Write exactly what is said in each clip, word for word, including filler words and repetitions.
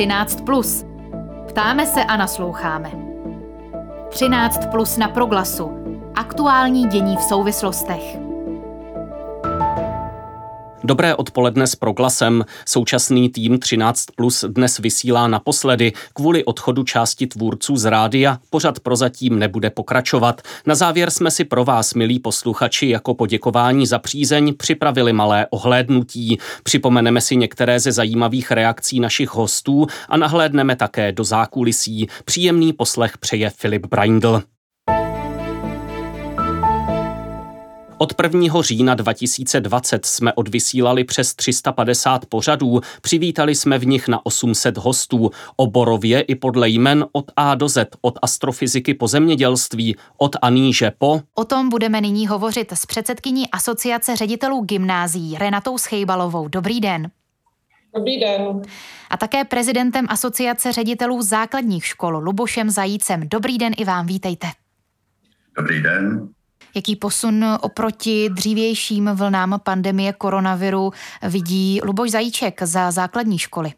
třináct plus. Ptáme se a nasloucháme. třináct plus na Proglasu. Aktuální dění v souvislostech. Dobré odpoledne s Proglasem. Současný tým třináct plus dnes vysílá naposledy. Kvůli odchodu části tvůrců z rádia pořad prozatím nebude pokračovat. Na závěr jsme si pro vás, milí posluchači, jako poděkování za přízeň připravili malé ohlédnutí. Připomeneme si některé ze zajímavých reakcí našich hostů a nahlédneme také do zákulisí. Příjemný poslech přeje Filip Braindl. Od prvního října dva tisíce dvacet jsme odvysílali přes tři sta padesát pořadů, přivítali jsme v nich na osm set hostů, oborově i podle jmen od A do Z, od astrofyziky po zemědělství, od Aníže po... O tom budeme nyní hovořit s předsedkyní Asociace ředitelů gymnázií Renatou Schejbalovou. Dobrý den. Dobrý den. A také prezidentem Asociace ředitelů základních škol Lubošem Zajícem. Dobrý den i vám, vítejte. Dobrý den. Jaký posun oproti dřívějším vlnám pandemie koronaviru vidí Luboš Zajíček za základní školy?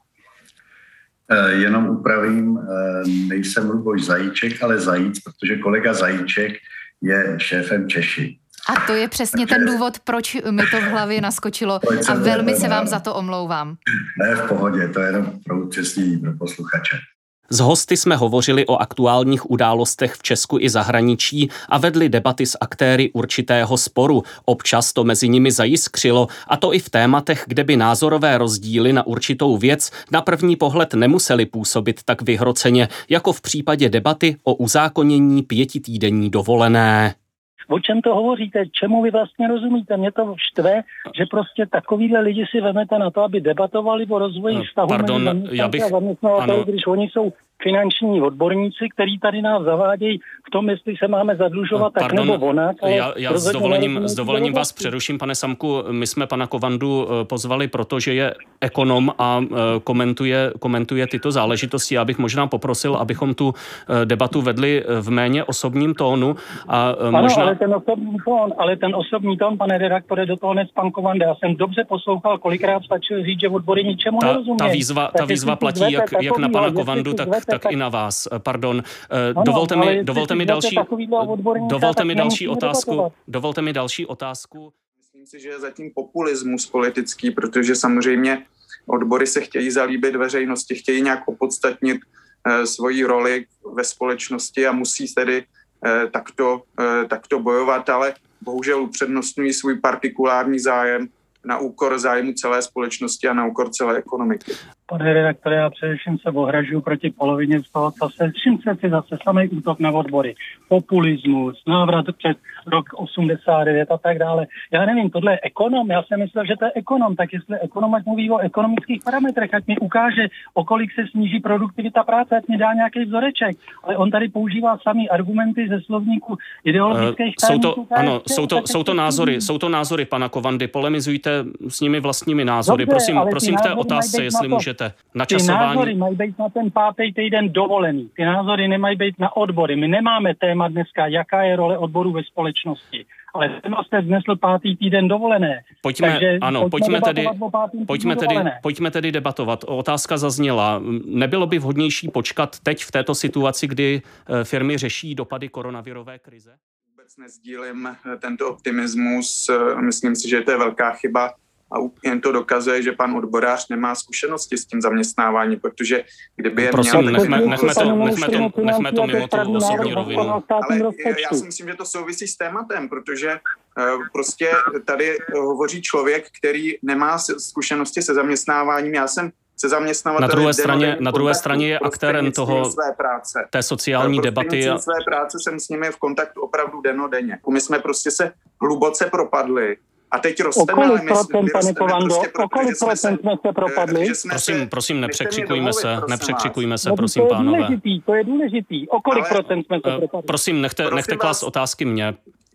Jenom upravím, nejsem Luboš Zajíček, ale Zajíc, protože kolega Zajíček je šéfem Češi. A to je přesně ten důvod, proč mi to v hlavě naskočilo a velmi se vám za to omlouvám. Ne, v pohodě, to je jenom pro upřesnění pro posluchače. S hosty jsme hovořili o aktuálních událostech v Česku i zahraničí a vedli debaty s aktéry určitého sporu. Občas to mezi nimi zajiskřilo, a to i v tématech, kde by názorové rozdíly na určitou věc na první pohled nemusely působit tak vyhroceně, jako v případě debaty o uzákonění pětitýdenní dovolené. O čem to hovoříte? Čemu vy vlastně rozumíte? Mě to štve, že prostě takovýhle lidi si vezmete na to, aby debatovali o rozvoji vztahu Pardon, mezi já bych, a zaměstnavateli, ano. Když oni jsou finanční odborníci, kteří tady nás zavádějí v tom, jestli se máme zadlužovat tak Pardon, nebo onak. Já, já s dovolením, s dovolením vás přeruším, pane Samku. My jsme pana Kovandu pozvali, protože je ekonom a komentuje, komentuje tyto záležitosti. Já bych možná poprosil, abychom tu debatu vedli v méně osobním tónu. A ano, možná... ale ten osobní tón, ale ten osobní tón, pane redaktore, do toho nec pan Kovanda. Já jsem dobře poslouchal, kolikrát stačil říct, že odbory ničemu ta, nerozumějí. Ta výzva, ta výzva platí jak, jak na pana Kovandu, tak, tak i na vás. Pardon. Ano, dovolte mi, dovolte mi další, dovolte mi další otázku. Dovolte mi další otázku. Myslím si, že je zatím populismus politický, protože samozřejmě odbory se chtějí zalíbit veřejnosti, chtějí nějak opodstatnit eh, svoji roli ve společnosti a musí tedy eh, takto, eh, takto bojovat, ale bohužel upřednostňují svůj partikulární zájem na úkor zájmu celé společnosti a na úkor celé ekonomiky. Pane redaktore, já především se ohražuji proti polovině z toho, co se všim se si zase samý útok na odbory. Populismus, návrat před rok osmdesát devět a tak dále. Já nevím, tohle je ekonom, já jsem myslel, že to je ekonom, tak jestli ekonom, ať mluví o ekonomických parametrech, ať mi ukáže, o kolik se sníží produktivita práce, ať mi dá nějaký vzoreček. Ale on tady používá samý argumenty ze slovníku ideologických uh, jsou to, ano, jsou to, jsou to názory, jsou to názory pana Kovandy, polemizujte s nimi vlastními názory. Dobře, prosím, prosím k té otázce, jestli na můžete. Načasování. Ty názory mají být na ten pátý týden dovolený. Ty názory nemají být na odbory. My nemáme téma dneska, jaká je role odborů ve společnosti. Ale téma jste vznesl pátý týden dovolené. Pojďme, Takže ano, pojďme tedy, pojďme, tedy, dovolené. pojďme tedy debatovat. Otázka zazněla. Nebylo by vhodnější počkat teď v této situaci, kdy firmy řeší dopady koronavirové krize? Vůbec nezdílím tento optimismus. Myslím si, že to je velká chyba. A jen to dokazuje, že pan odborář nemá zkušenosti s tím zaměstnáváním, protože kdyby je Prosím, měl... nechme, nechme, to, nechme, to, nechme to mimo tu osobní rovinu. Ale já si myslím, že to souvisí s tématem, protože uh, prostě tady hovoří člověk, který nemá zkušenosti se zaměstnáváním. Já jsem se zaměstnavatelem... Na druhé straně, na druhé straně je aktérem toho, své práce. té sociální debaty. A... své práce jsem s nimi v kontaktu opravdu dennodenně. My jsme prostě se hluboce propadli. A teď rosteme, ale my rosteme prostě, o kolik procent jsme se propadli? Prosím, prosím, nepřekřikujme se, nepřekřikujme se, no, prosím, to pánové. Důležitý, to je důležitý. O kolik ale, procent jsme se propadli? Prosím, nechte, nechte klást otázky mě.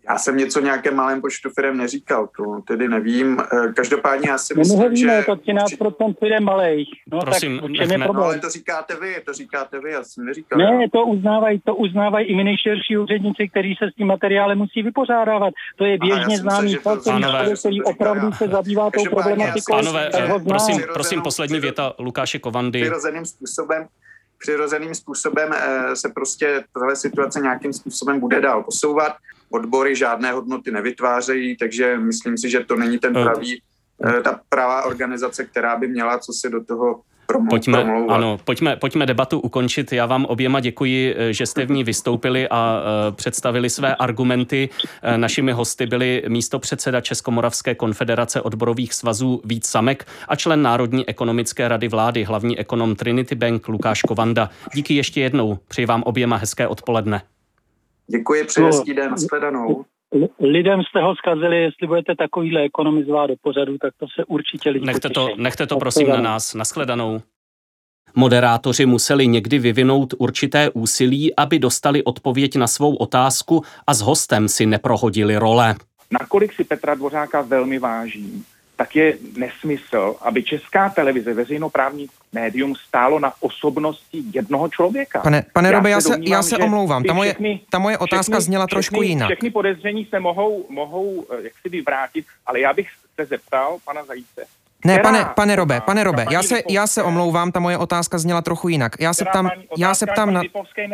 Já jsem něco nějakém malém počtu firem neříkal, to tedy nevím. Každopádně já si myslím, nevíme, že... to třináct procent firem malých. No Prosím, tak v čem je problém? No, ale to říkáte vy, to říkáte vy, já jsem neříkal. Ne, to uznávají, to uznávají i my nejširší úředníci, kteří se s tím materiálem musí vypořádávat. To je běžně známý fakt, který opravdu se zabývá tou problematikou. Pánové, prosím, prosím, poslední věta Lukáše Kovandy. Přirozeným způsobem přirozeným způsobem se prostě tahle situace nějakým způsobem bude dál posouvat. Odbory žádné hodnoty nevytvářejí, takže myslím si, že to není ten pravý, ta pravá organizace, která by měla co si do toho promlouvat. Pojďme, ano, pojďme, pojďme debatu ukončit. Já vám oběma děkuji, že jste v ní vystoupili a uh, představili své argumenty. Uh, našimi hosty byli místopředseda Českomoravské konfederace odborových svazů Vít Samek a člen Národní ekonomické rady vlády, hlavní ekonom Trinity Bank Lukáš Kovanda. Díky ještě jednou. Přeji vám oběma hezké odpoledne. Děkuji, přeji hezký den, nashledanou. Lidem jste ho zkazili, jestli budete takovýhle ekonomizovat do pořadu, tak to se určitě lidi Nechte to, nechte to prosím na nás. Nashledanou. Moderátoři museli někdy vyvinout určité úsilí, aby dostali odpověď na svou otázku a s hostem si neprohodili role. Nakolik si Petra Dvořáka velmi vážím, tak je nesmysl, aby Česká televize, veřejnoprávní médium, stálo na osobnosti jednoho člověka. Pane, pane Robe, já se, domnívám, já se omlouvám, ta moje, všechny, ta moje otázka všechny, zněla trošku všechny, jinak. Všechny podezření se mohou, mohou jak si vyvrátit, ale já bych se zeptal pana Zajíce. Ne, pane, pane Robe, pane Robe, já se, já se omlouvám, ta moje otázka zněla trochu jinak. Já se ptám, já se ptám na,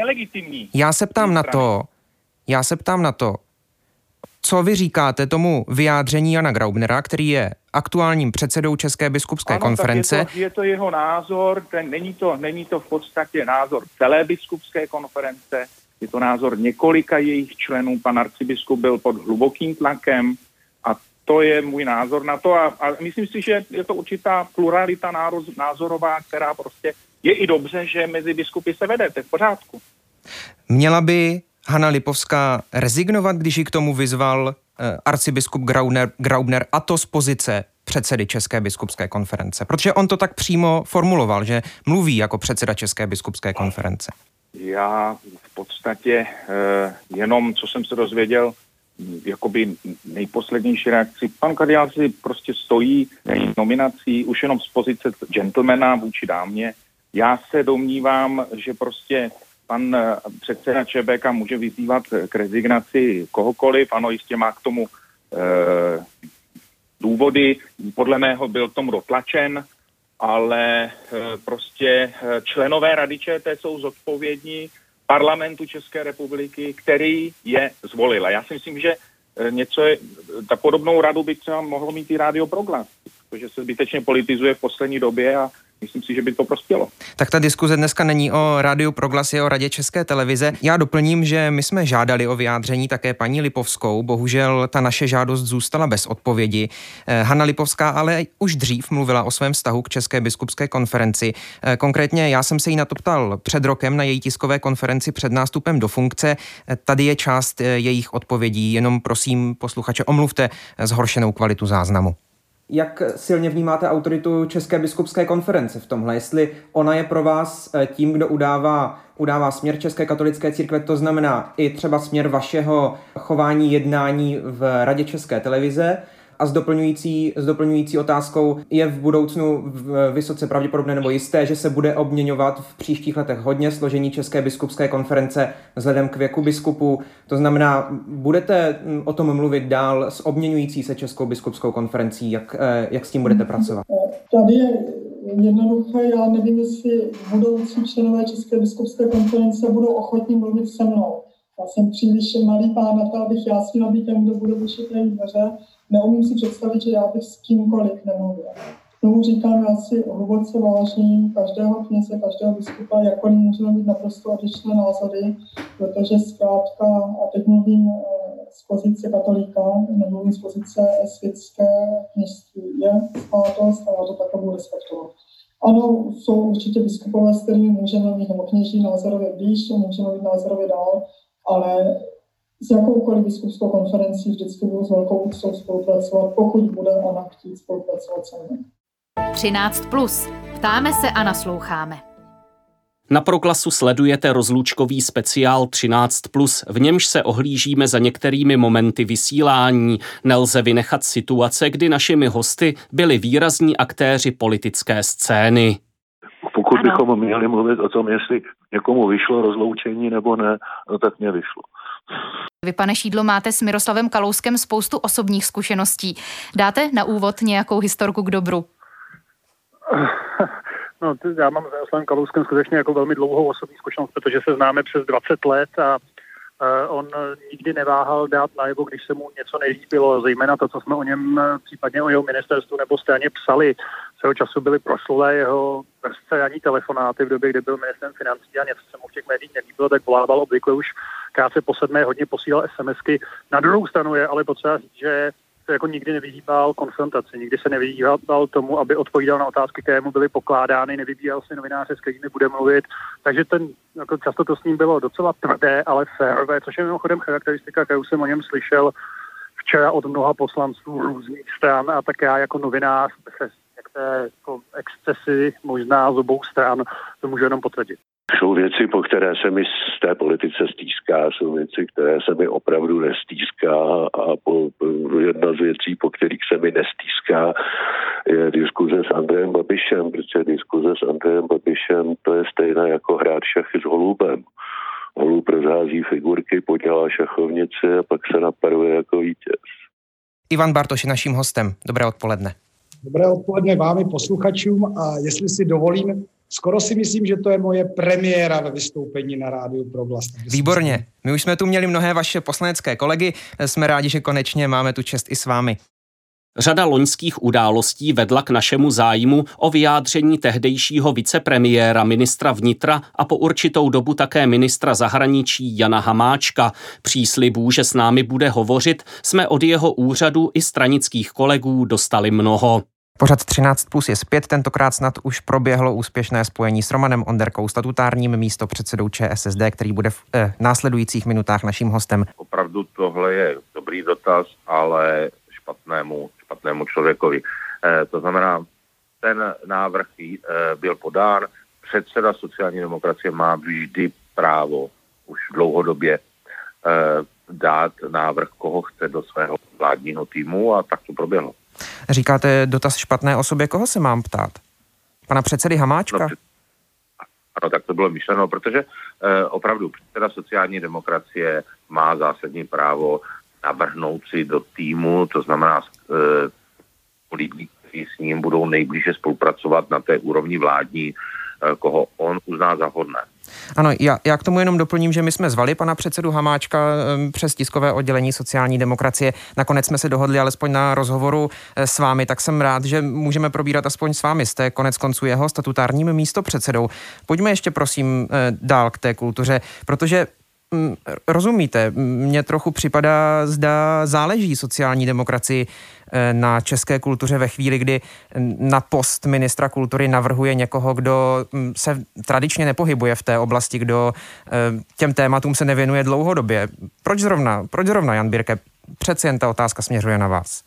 já se ptám na to, já se ptám na to, co vy říkáte tomu vyjádření Jana Graubnera, který je aktuálním předsedou České biskupské ano, konference? Je to, je to jeho názor, ten, není, to, není to v podstatě názor celé biskupské konference, je to názor několika jejich členů, pan arcibiskup byl pod hlubokým tlakem a to je můj názor na to a, a myslím si, že je to určitá pluralita nároz, názorová, která prostě je i dobře, že mezi biskupy se vede, to je v pořádku. Měla by Hana Lipovská rezignovat, když ji k tomu vyzval eh, arcibiskup Graubner, Graubner, a to z pozice předsedy České biskupské konference? Protože on to tak přímo formuloval, že mluví jako předseda České biskupské konference. Já v podstatě eh, jenom, co jsem se dozvěděl, jakoby nejposlednější reakci. Pan kardinál si prostě stojí nominací už jenom z pozice gentlemana vůči dámě. Já se domnívám, že prostě pan předseda ČBK může vyzývat k rezignaci kohokoliv. Ano, jistě má k tomu e, důvody. Podle mého byl k tomu dotlačen, ale e, prostě členové Rady ČT jsou zodpovědní parlamentu České republiky, který je zvolila. Já si myslím, že něco je, ta podobnou radu by třeba mohlo mít i Rádio Proglas, protože se zbytečně politizuje v poslední době a myslím si, že by to prospělo. Tak ta diskuze dneska není o Rádiu Proglas, je o Radě České televize. Já doplním, že my jsme žádali o vyjádření také paní Lipovskou, bohužel ta naše žádost zůstala bez odpovědi. Hana Lipovská ale už dřív mluvila o svém vztahu k České biskupské konferenci. Konkrétně já jsem se jí na to ptal před rokem na její tiskové konferenci před nástupem do funkce. Tady je část jejich odpovědí, jenom prosím posluchače, omluvte zhoršenou kvalitu záznamu. Jak silně vnímáte autoritu České biskupské konference v tomhle? Jestli ona je pro vás tím, kdo udává, udává směr České katolické církve, to znamená i třeba směr vašeho chování, jednání v Radě České televize, a s doplňující, s doplňující otázkou, je v budoucnu vysoce pravděpodobné nebo jisté, že se bude obměňovat v příštích letech hodně složení České biskupské konference vzhledem k věku biskupů. To znamená, budete o tom mluvit dál s obměňující se Českou biskupskou konferencí, jak, jak s tím budete pracovat? Tady je jednoduché, já nevím, jestli budoucí členové České biskupské konference budou ochotní mluvit se mnou. Já jsem příliš malý pán na to, abych já s tím nabítem, kdo bude vyšit její dveře. Neumím si představit, že já bych s kýmkoliv nemluvil. K tomu říkám, já si hluboce vážím každého kněze, každého biskupa, jakkoliv můžeme mít naprosto odlišné názory, protože zkrátka, a teď mluvím z pozice katolíka, nemluvím z pozice světské kněžství, je svátost a já to také budu respektovat. Ano, jsou určitě biskupové, s kterými můžeme mít, nebo kněží názorově blíž, můžeme mít názorově dál, ale s jakoukoliv biskupskou konferencí vždycky budu s velkou úctou spolupracovat, pokud bude ona chtít spolupracovat se mnou. třináct plus. Ptáme se a nasloucháme. Na Proglasu sledujete rozlučkový speciál třináct plus, v němž se ohlížíme za některými momenty vysílání. Nelze vynechat situace, kdy našimi hosty byli výrazní aktéři politické scény. Pokud ano. bychom měli mluvit o tom, jestli někomu vyšlo rozloučení nebo ne, no tak mě vyšlo. Vy, pane Šídlo, máte s Miroslavem Kalouskem spoustu osobních zkušeností. Dáte na úvod nějakou historku k dobru? No, já mám s Miroslavem Kalouskem skutečně jako velmi dlouhou osobní zkušenost, protože se známe přes dvacet let a uh, on nikdy neváhal dát najevo, když se mu něco nelíbilo, zejména to, co jsme o něm, případně o jeho ministerstvu nebo straně psali. Svého času byly proslulé jeho rozstřelání telefonáty v době, kdy byl ministrem financí a něco se mu v těch médiích nelíbilo, tak volával obvykle už krátce po sedmé hodně posílal SMSky. Na druhou stranu je ale potřeba říct, že se jako nikdy nevyhýbal konfrontaci, nikdy se nevyhýbal tomu, aby odpovídal na otázky, které mu byly pokládány, nevybíral si novináře, s kterými bude mluvit. Takže ten, jako často to s ním bylo docela tvrdé, ale férové, což je mimochodem charakteristika, kterou jsem o něm slyšel včera od mnoha poslanců různých stran, a tak já jako novinář se některé jako excesy možná z obou stran to můžu jenom potvrdit. Jsou věci, po které se mi z té politice stýská, jsou věci, které se mi opravdu nestýská, a po, po, jedna z věcí, po kterých se mi nestýská, je diskuze s Andrejem Babišem, protože diskuze s Andrejem Babišem to je stejné jako hrát šachy s holubem. Holub rozhází figurky, podělá šachovnici a pak se naparuje jako vítěz. Ivan Bartoš je naším hostem. Dobré odpoledne. Dobré odpoledne vám i posluchačům, a jestli si dovolím, skoro si myslím, že to je moje premiéra ve vystoupení na rádiu Proglas. Výborně. My už jsme tu měli mnohé vaše poslanecké kolegy. Jsme rádi, že konečně máme tu čest i s vámi. Řada loňských událostí vedla k našemu zájmu o vyjádření tehdejšího vicepremiéra, ministra vnitra a po určitou dobu také ministra zahraničí Jana Hamáčka. Příslibů, že s námi bude hovořit, jsme od jeho úřadu i stranických kolegů dostali mnoho. Pořad třináct plus je zpět, tentokrát snad už proběhlo úspěšné spojení s Romanem Onderkou, statutárním místopředsedou ČSSD, který bude v eh, následujících minutách naším hostem. Opravdu tohle je dobrý dotaz, ale špatnému, špatnému člověkovi. E, to znamená, ten návrh e, byl podán, předseda sociální demokracie má vždy právo už dlouhodobě e, dát návrh, koho chce do svého vládního týmu, a tak to proběhlo. Říkáte dotaz špatné osobě, koho se mám ptát? Pana předsedy Hamáčka? No, ano, tak to bylo myšleno, protože e, opravdu předseda sociální demokracie má zásadní právo navrhnout si do týmu, to znamená e, lidí, kteří s ním budou nejblíže spolupracovat na té úrovni vládní, e, koho on uzná za hodné. Ano, já, já k tomu jenom doplním, že my jsme zvali pana předsedu Hamáčka e, přes tiskové oddělení sociální demokracie. Nakonec jsme se dohodli alespoň na rozhovoru e, s vámi, tak jsem rád, že můžeme probírat aspoň s vámi. Jste konec konců jeho statutárním místopředsedou. Pojďme ještě prosím e, dál k té kultuře, protože rozumíte, mně trochu připadá, zda záleží sociální demokracii na české kultuře ve chvíli, kdy na post ministra kultury navrhuje někoho, kdo se tradičně nepohybuje v té oblasti, kdo těm tématům se nevěnuje dlouhodobě. Proč zrovna, proč zrovna, Jan Birke? Přece jen ta otázka směřuje na vás.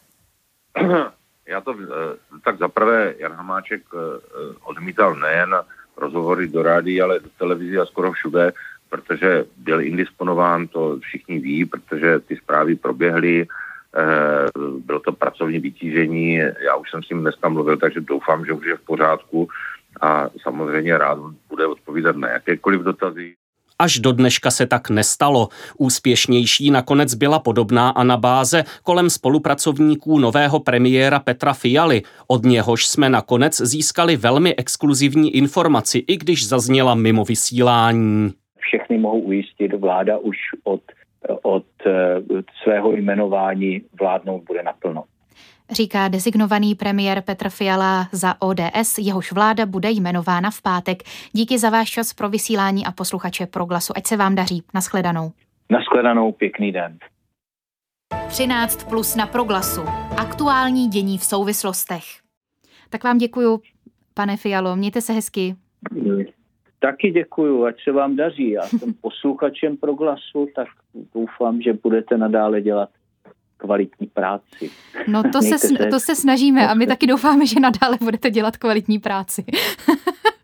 Já to, tak zaprvé Jan Hamáček odmítal nejen rozhovory do rádií, ale do televizi a skoro všude, protože byl indisponován, to všichni ví, protože ty zprávy proběhly, bylo to pracovní vytížení, já už jsem s ním dneska mluvil, takže doufám, že už je v pořádku a samozřejmě rád bude odpovídat na jakékoliv dotazy. Až do dneška se tak nestalo. Úspěšnější nakonec byla podobná anabáze kolem spolupracovníků nového premiéra Petra Fialy. Od něhož jsme nakonec získali velmi exkluzivní informaci, i když zazněla mimo vysílání. Všechny mohu ujistit, vláda už od, od svého jmenování vládnout bude naplno. Říká designovaný premiér Petr Fiala za O D S, jehož vláda bude jmenována v pátek. Díky za váš čas pro vysílání a posluchače Proglasu. Ať se vám daří. Naschledanou. Naschledanou, pěkný den. třináct plus na Proglasu. Aktuální dění v souvislostech. Tak vám děkuju, pane Fialo. Mějte se hezky. Taky děkuju, ať se vám daří. Já jsem posluchačem Proglasu, tak doufám, že budete nadále dělat kvalitní práci. No to se, se, to se snažíme a my taky doufáme, že nadále budete dělat kvalitní práci.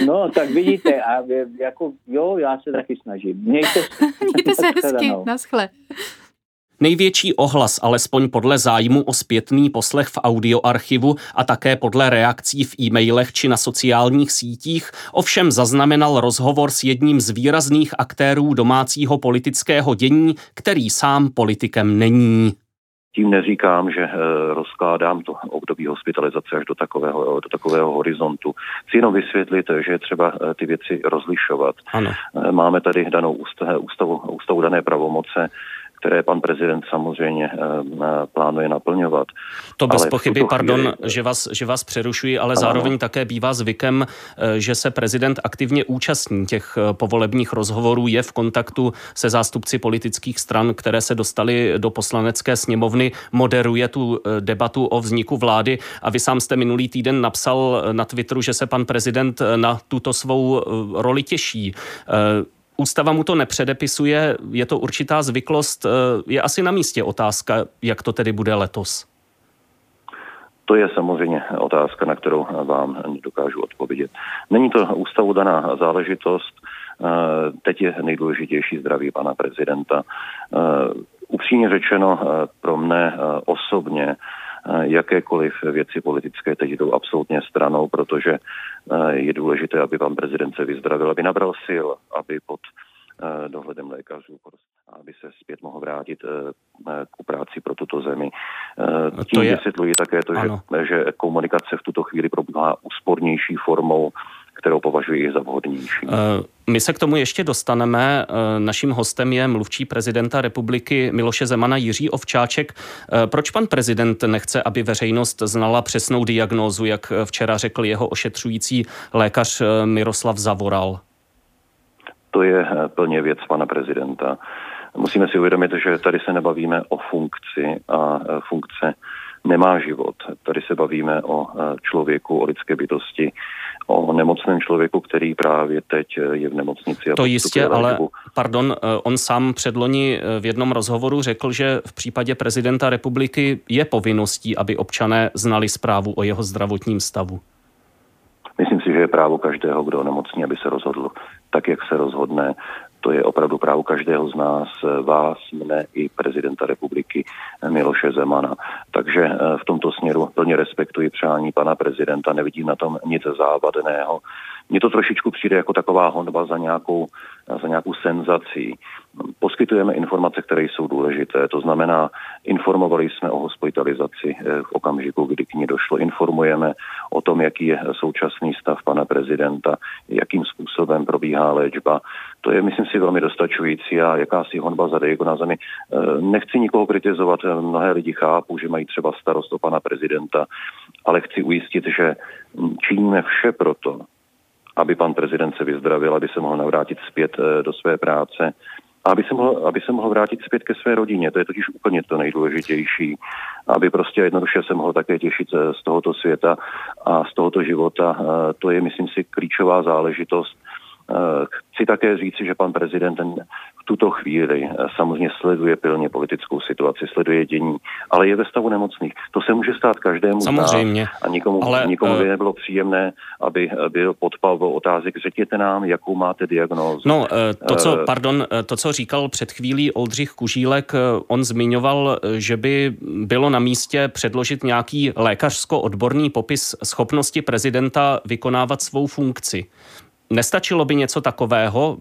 No, tak vidíte, a jako, jo, já se taky snažím. Mějte se, Mějte se hezky, naschle. Největší ohlas, alespoň podle zájmu o zpětný poslech v audioarchivu a také podle reakcí v e-mailech či na sociálních sítích, ovšem zaznamenal rozhovor s jedním z výrazných aktérů domácího politického dění, který sám politikem není. Tím neříkám, že rozkládám to období hospitalizace až do takového, do takového horizontu. Chci jenom vysvětlit, že je třeba ty věci rozlišovat. Ano. Máme tady danou ústavu, ústavu dané pravomoce, které pan prezident samozřejmě plánuje naplňovat. To bez pochyby, pardon, že vás, že vás přerušuji, ale ano. Zároveň také bývá zvykem, že se prezident aktivně účastní těch povolebních rozhovorů, je v kontaktu se zástupci politických stran, které se dostaly do poslanecké sněmovny, moderuje tu debatu o vzniku vlády a vy sám jste minulý týden napsal na Twitteru, že se pan prezident na tuto svou roli těší. Ústava mu to nepředepisuje, je to určitá zvyklost. Je asi na místě otázka, jak to tedy bude letos. To je samozřejmě otázka, na kterou vám nedokážu odpovědět. Není to ústavu daná záležitost. Teď je nejdůležitější zdraví pana prezidenta. Upřímně řečeno, pro mne osobně jakékoliv věci politické teď jdou absolutně stranou, protože je důležité, aby pan prezident se vyzdravil, aby nabral sil, aby pod dohledem lékařů, aby se zpět mohl vrátit k práci pro tuto zemi. Tím je... vysvětluji také to, že, že komunikace v tuto chvíli probíhá úspornější formou, kterou považuji za vhodnější. My se k tomu ještě dostaneme. Naším hostem je mluvčí prezidenta republiky Miloše Zemana Jiří Ovčáček. Proč pan prezident nechce, aby veřejnost znala přesnou diagnózu, jak včera řekl jeho ošetřující lékař Miroslav Zavoral? To je plně věc pana prezidenta. Musíme si uvědomit, že tady se nebavíme o funkci a funkce nemá život. Tady se bavíme o člověku, o lidské bytosti, o nemocném člověku, který právě teď je v nemocnici. A to jistě, ale pardon, on sám předloni v jednom rozhovoru řekl, že v případě prezidenta republiky je povinností, aby občané znali zprávu o jeho zdravotním stavu. Myslím si, že je právo každého, kdo onemocní, aby se rozhodl tak, jak se rozhodne. To je opravdu právo každého z nás, vás, mne i prezidenta republiky Miloše Zemana. Takže v tomto směru plně respektuji přání pana prezidenta, nevidím na tom nic závadného. Mně to trošičku přijde jako taková honba za nějakou, za nějakou senzací. Poskytujeme informace, které jsou důležité, to znamená, informovali jsme o hospitalizaci v okamžiku, kdy k ní došlo. Informujeme o tom, jaký je současný stav pana prezidenta, jakým způsobem probíhá léčba. To je, myslím si, velmi dostačující a jakási honba za diagnózami. Nechci nikoho kritizovat, mnohé lidi chápu, že mají třeba starost o pana prezidenta, ale chci ujistit, že činíme vše proto, aby pan prezident se vyzdravil, aby se mohl navrátit zpět do své práce a aby se mohl, aby se mohl vrátit zpět ke své rodině. To je totiž úplně to nejdůležitější. Aby prostě jednoduše se mohl také těšit z tohoto světa a z tohoto života. To je, myslím si, klíčová záležitost. Chci také říci, že pan prezident v tuto chvíli samozřejmě sleduje pilně politickou situaci, sleduje dění, ale je ve stavu nemocných. To se může stát každému samozřejmě, z nás a nikomu, ale, nikomu by nebylo příjemné, aby byl podpal do otázek. Řekněte nám, jakou máte diagnózu. No, to, co, pardon, to, co říkal před chvílí Oldřich Kužílek, on zmiňoval, že by bylo na místě předložit nějaký lékařsko-odborný popis schopnosti prezidenta vykonávat svou funkci. Nestačilo by něco takového?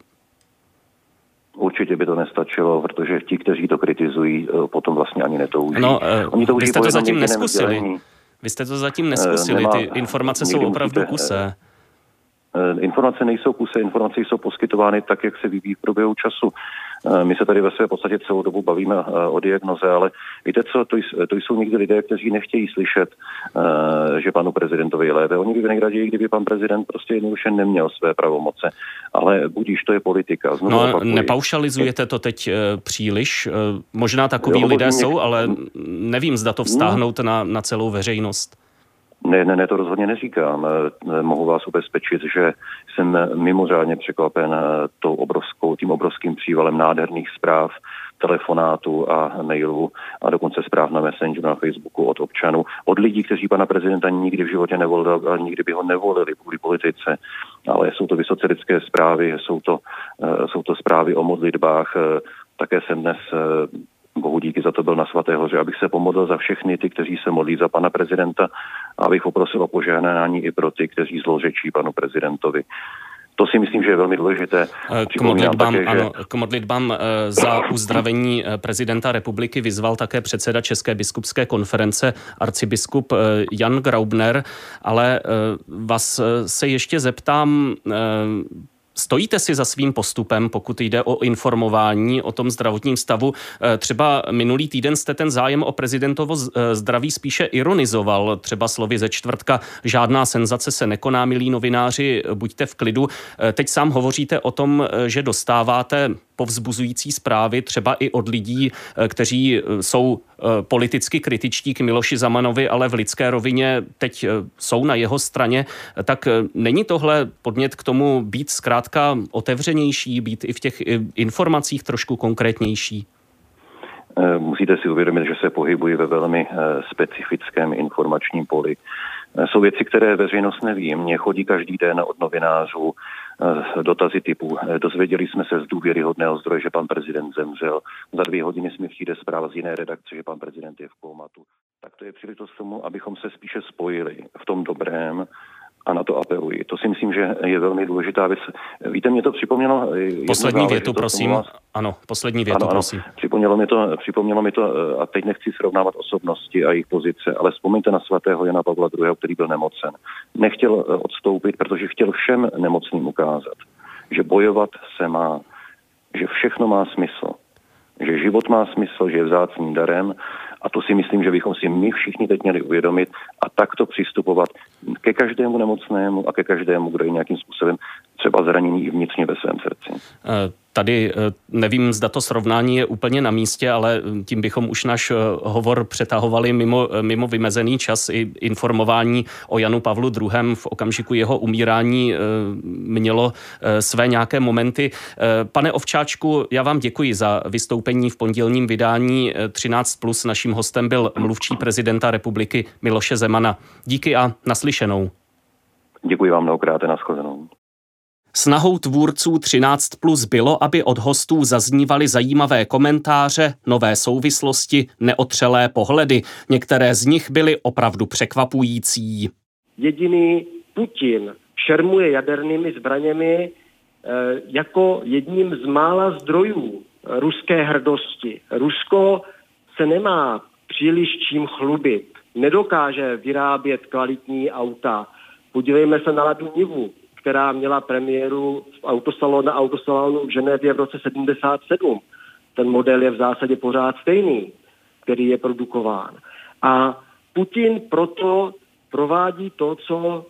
Určitě by to nestačilo, protože ti, kteří to kritizují, potom vlastně ani netouží. No, Oni touží vy jste to zatím neskusili. Vzdělení. Vy jste to zatím neskusili, Nemá, ty informace jsou opravdu kusé. Informace nejsou kusé, informace jsou poskytovány tak, jak se vyvíjí v průběhu času. My se tady ve své podstatě celou dobu bavíme o diagnoze, ale víte co, to, to jsou někdy lidé, kteří nechtějí slyšet, že panu prezidentovi je lépe. Oni by nejraději, kdyby pan prezident prostě jednoduše neměl své pravomoce. Ale budíš, to je politika. Znovu no opakuji. Nepaušalizujete to teď e, příliš? E, možná takoví jo, lidé něk... jsou, ale nevím, zda to vztáhnout no. na, na celou veřejnost. Ne, ne, ne, to rozhodně neříkám. Mohu vás ubezpečit, že jsem mimořádně překvapen tou obrovskou, tím obrovským přívalem nádherných zpráv, telefonátů a mailů a dokonce zpráv na Messengeru, na Facebooku od občanů, od lidí, kteří pana prezidenta nikdy v životě nevolili, ale nikdy by ho nevolili kvůli politice, ale jsou to vysoce lidské zprávy, jsou to, jsou to zprávy o modlitbách. Také jsem dnes, bohu díky, za to byl na Svaté hoře, abych se pomodlil za všechny ty, kteří se modlí za pana prezidenta, a abych poprosil o požehnání i pro ty, kteří zlořečí panu prezidentovi. To si myslím, že je velmi důležité. K modlitbám, také, že... ano, k modlitbám za uzdravení prezidenta republiky vyzval také předseda České biskupské konference arcibiskup Jan Graubner, ale vás se ještě zeptám, stojíte si za svým postupem, pokud jde o informování o tom zdravotním stavu? Třeba minulý týden jste ten zájem o prezidentovo zdraví spíše ironizoval, třeba slovy ze čtvrtka: žádná senzace se nekoná, milí novináři, buďte v klidu. Teď sám hovoříte o tom, že dostáváte povzbuzující zprávy třeba i od lidí, kteří jsou politicky kritičtí k Miloši Zemanovi, ale v lidské rovině teď jsou na jeho straně. Tak není tohle podnět k tomu být zkrátka otevřenější, být i v těch informacích trošku konkrétnější? Musíte si uvědomit, že se pohybují ve velmi specifickém informačním poli. Jsou věci, které veřejnost neví. Mně chodí každý den od novinářů dotazy typu: dozvěděli jsme se z důvěryhodného zdroje, že pan prezident zemřel. Za dvě hodiny mi přijde zpráva z jiné redakce, že pan prezident je v kómatu. Tak to je příležitost tomu, abychom se spíše spojili v tom dobrém, a na to apeluji. To si myslím, že je velmi důležitá věc. Víte, mě to připomnělo... Poslední větu, prosím. Vás... Ano, poslední větu, ano, prosím. Ano. Připomnělo mi to, připomnělo mi to, a teď nechci srovnávat osobnosti a jejich pozice, ale vzpomeňte na svatého Jana Pavla druhého., který byl nemocen. Nechtěl odstoupit, protože chtěl všem nemocným ukázat, že bojovat se má, že všechno má smysl, že život má smysl, že je vzácným darem. A to si myslím, že bychom si my všichni teď měli uvědomit a takto přistupovat ke každému nemocnému a ke každému, kdo je nějakým způsobem třeba zranění i vnitřně ve svém srdci. Tady nevím, zda to srovnání je úplně na místě, ale tím bychom už náš hovor přetahovali mimo, mimo vymezený čas. I informování o Janu Pavlu druhém. v okamžiku jeho umírání mělo své nějaké momenty. Pane Ovčáčku, já vám děkuji za vystoupení v pondělním vydání třináct plus. Naším hostem byl mluvčí prezidenta republiky Miloše Zemana. Díky a naslyšenou. Děkuji vám mnohokrát a nashledanou. Snahou tvůrců třináct plus bylo, aby od hostů zaznívaly zajímavé komentáře, nové souvislosti, neotřelé pohledy. Některé z nich byly opravdu překvapující. Jediný Putin šermuje jadernými zbraněmi jako jedním z mála zdrojů ruské hrdosti. Rusko se nemá příliš čím chlubit. Nedokáže vyrábět kvalitní auta. Podívejme se na Ladu Nivu, která měla premiéru v autosalonu, na autosalonu v Ženevě v roce sedmdesát sedm. Ten model je v zásadě pořád stejný, který je produkován. A Putin proto provádí to, co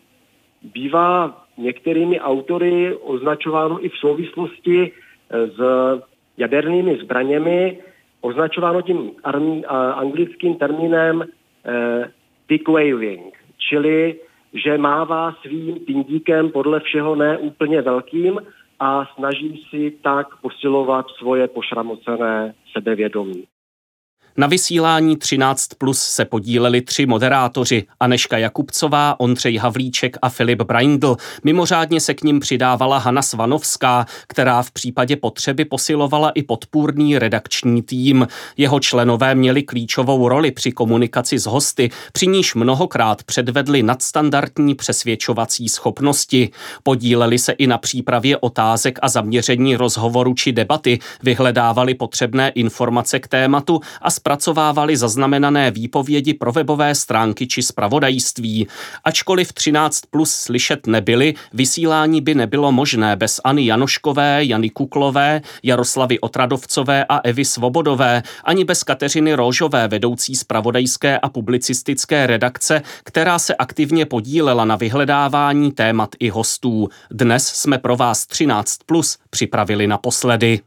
bývá některými autory označováno i v souvislosti s jadernými zbraněmi, označováno tím armí, anglickým termínem eh, dick waving, čili že mává svým pindíkem podle všeho ne úplně velkým a snaží si tak posilovat svoje pošramocené sebevědomí. Na vysílání třináct plus se podíleli tři moderátoři: Anežka Jakubcová, Ondřej Havlíček a Filip Braindl. Mimořádně se k nim přidávala Hana Svanovská, která v případě potřeby posilovala i podpůrný redakční tým. Jeho členové měli klíčovou roli při komunikaci s hosty, při níž mnohokrát předvedli nadstandardní přesvědčovací schopnosti. Podíleli se i na přípravě otázek a zaměření rozhovoru či debaty, vyhledávali potřebné informace k tématu a zpracovávali zaznamenané výpovědi pro webové stránky či zpravodajství. Ačkoliv třináct plus slyšet nebyli, vysílání by nebylo možné bez Anny Janoškové, Jany Kuklové, Jaroslavy Otradovcové a Evy Svobodové, ani bez Kateřiny Róžové, vedoucí zpravodajské a publicistické redakce, která se aktivně podílela na vyhledávání témat i hostů. Dnes jsme pro vás třináct plus připravili naposledy.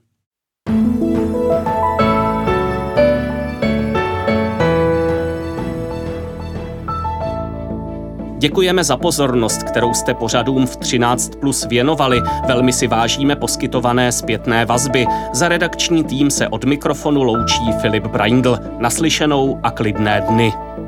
Děkujeme za pozornost, kterou jste pořadům v třináct plus věnovali. Velmi si vážíme poskytované zpětné vazby. Za redakční tým se od mikrofonu loučí Filip Braindl. Naslyšenou a klidné dny.